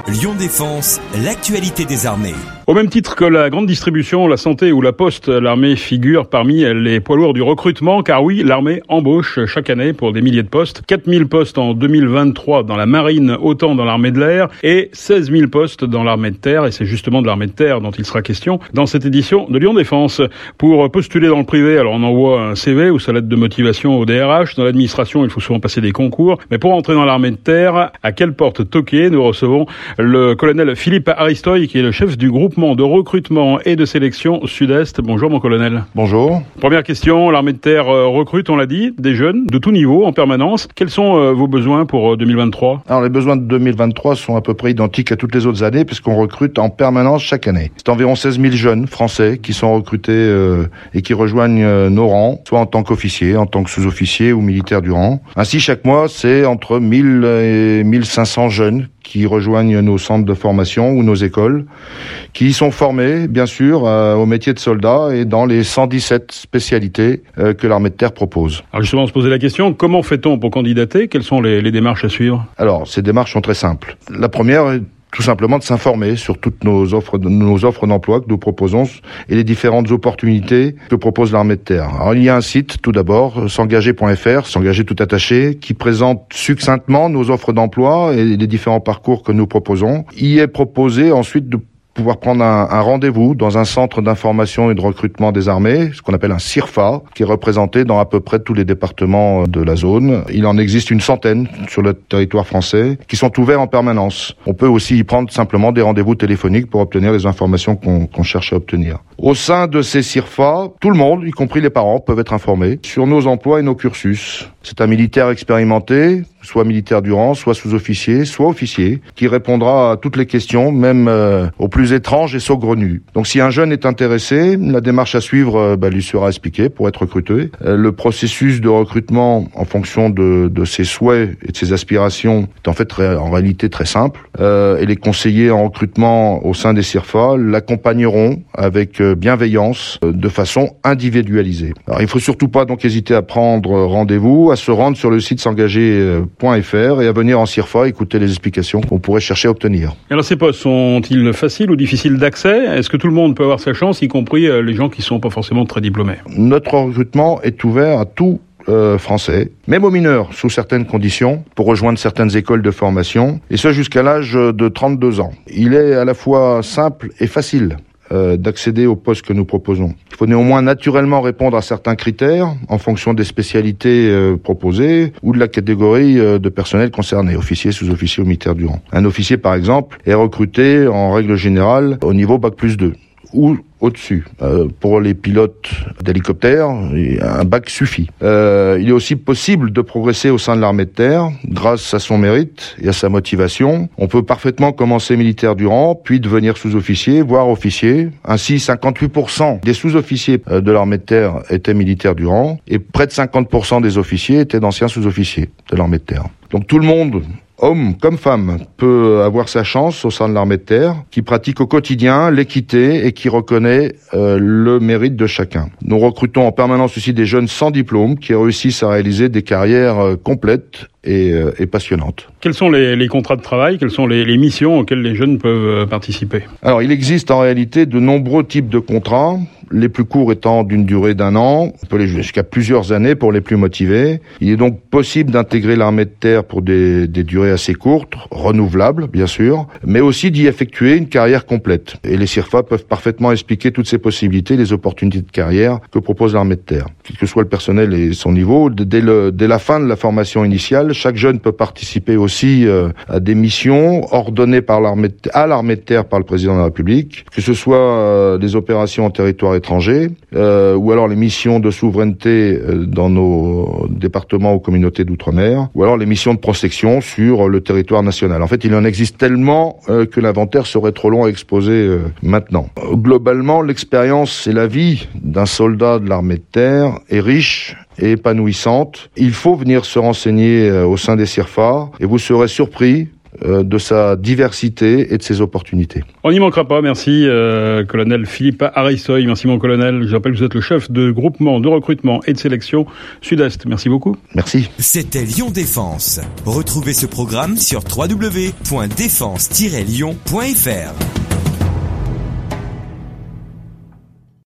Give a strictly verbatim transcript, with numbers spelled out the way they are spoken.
Lyon Défense, l'actualité des armées. Au même titre que la grande distribution, la santé ou la poste, l'armée figure parmi les poids lourds du recrutement, car oui, l'armée embauche chaque année pour des milliers de postes. quatre mille postes en deux mille vingt-trois dans la marine, autant dans l'armée de l'air, et seize mille postes dans l'armée de terre, et c'est justement de l'armée de terre dont il sera question dans cette édition de Lyon Défense. Pour postuler dans le privé, alors on envoie un C V ou sa lettre de motivation au D R H. Dans l'administration, il faut souvent passer des concours. Mais pour entrer dans l'armée de terre, à quelle porte toquer? Nous recevons le colonel Philippe Aristoy, qui est le chef du groupement de recrutement et de sélection Sud-Est. Bonjour mon colonel. Bonjour. Première question, l'armée de terre euh, recrute, on l'a dit, des jeunes de tout niveau en permanence. Quels sont euh, vos besoins pour euh, deux mille vingt-trois? Alors les besoins de deux mille vingt-trois sont à peu près identiques à toutes les autres années puisqu'on recrute en permanence chaque année. C'est environ seize mille jeunes français qui sont recrutés euh, et qui rejoignent euh, nos rangs, soit en tant qu'officiers, en tant que sous-officiers ou militaires du rang. Ainsi chaque mois, c'est entre mille et mille cinq cents jeunes qui rejoignent nos centres de formation ou nos écoles, qui sont formés, bien sûr, euh, au métier de soldat et dans les cent dix-sept spécialités euh, que l'armée de terre propose. Alors justement, on se posait la question, comment fait-on pour candidater? Quelles sont les, les démarches à suivre? Alors, ces démarches sont très simples. La première est tout simplement de s'informer sur toutes nos offres, nos offres d'emploi que nous proposons et les différentes opportunités que propose l'armée de terre. Alors, il y a un site, tout d'abord, s'engager point f r, s'engager tout attaché, qui présente succinctement nos offres d'emploi et les différents parcours que nous proposons. Il est proposé ensuite de pouvoir prendre un, un rendez-vous dans un centre d'information et de recrutement des armées, ce qu'on appelle un C I R F A, qui est représenté dans à peu près tous les départements de la zone. Il en existe une centaine sur le territoire français, qui sont ouverts en permanence. On peut aussi y prendre simplement des rendez-vous téléphoniques pour obtenir les informations qu'on, qu'on cherche à obtenir. Au sein de ces C I R F A, tout le monde, y compris les parents, peuvent être informés sur nos emplois et nos cursus. C'est un militaire expérimenté, soit militaire du rang, soit sous-officier, soit officier, qui répondra à toutes les questions, même euh, aux plus étranges et saugrenues. Donc si un jeune est intéressé, la démarche à suivre euh, bah, lui sera expliquée pour être recruté. Euh, le processus de recrutement, en fonction de, de ses souhaits et de ses aspirations, est en fait très, en réalité très simple. Euh, et les conseillers en recrutement au sein des C I R F A l'accompagneront avec euh, bienveillance, euh, de façon individualisée. Alors il faut surtout pas donc hésiter à prendre rendez-vous, à se rendre sur le site s'engager point f r et à venir en C I R F A écouter les explications qu'on pourrait chercher à obtenir. Alors ces postes sont-ils faciles ou difficiles d'accès? Est-ce que tout le monde peut avoir sa chance, y compris les gens qui ne sont pas forcément très diplômés? Notre recrutement est ouvert à tout euh, Français, même aux mineurs, sous certaines conditions, pour rejoindre certaines écoles de formation, et ce jusqu'à l'âge de trente-deux ans. Il est à la fois simple et facile Euh, d'accéder aux postes que nous proposons. Il faut néanmoins naturellement répondre à certains critères en fonction des spécialités euh, proposées ou de la catégorie euh, de personnel concerné, officier, sous-officier ou militaire du rang. Un officier, par exemple, est recruté en règle générale au niveau bac plus deux ou au-dessus. Euh, pour les pilotes d'hélicoptères, un bac suffit. Euh, il est aussi possible de progresser au sein de l'armée de terre grâce à son mérite et à sa motivation. On peut parfaitement commencer militaire du rang, puis devenir sous-officier, voire officier. Ainsi, cinquante-huit pour cent des sous-officiers de l'armée de terre étaient militaires du rang et près de cinquante pour cent des officiers étaient d'anciens sous-officiers de l'armée de terre. Donc tout le monde, homme comme femme, peut avoir sa chance au sein de l'armée de terre, qui pratique au quotidien l'équité et qui reconnaît euh, le mérite de chacun. Nous recrutons en permanence aussi des jeunes sans diplôme qui réussissent à réaliser des carrières euh, complètes et, euh, et passionnantes. Quels sont les, les contrats de travail? Quelles sont les, les missions auxquelles les jeunes peuvent participer? Alors, il existe en réalité de nombreux types de contrats, les plus courts étant d'une durée d'un an, on peut aller jusqu'à plusieurs années pour les plus motivés. Il est donc possible d'intégrer l'armée de terre pour des, des durées assez courtes, renouvelables bien sûr, mais aussi d'y effectuer une carrière complète. Et les C I R F A peuvent parfaitement expliquer toutes ces possibilités, les opportunités de carrière que propose l'armée de terre. Quel que soit le personnel et son niveau, dès, le, dès la fin de la formation initiale, chaque jeune peut participer aussi euh, à des missions ordonnées par l'armée de, à l'armée de terre par le président de la République, que ce soit euh, des opérations en territoire étrangers, euh, ou alors les missions de souveraineté euh, dans nos départements ou communautés d'outre-mer, ou alors les missions de protection sur le territoire national. En fait, il en existe tellement euh, que l'inventaire serait trop long à exposer euh, maintenant. Euh, globalement, l'expérience et la vie d'un soldat de l'armée de terre est riche et épanouissante. Il faut venir se renseigner euh, au sein des C I R F A et vous serez surpris euh, de sa diversité et de ses opportunités. On n'y manquera pas. Merci, euh, colonel Philippe Arissoy. Merci, mon colonel. Je rappelle que vous êtes le chef de groupement de recrutement et de sélection Sud-Est. Merci beaucoup. Merci. C'était Lyon Défense. Retrouvez ce programme sur w w w point défense tiret lyon point f r.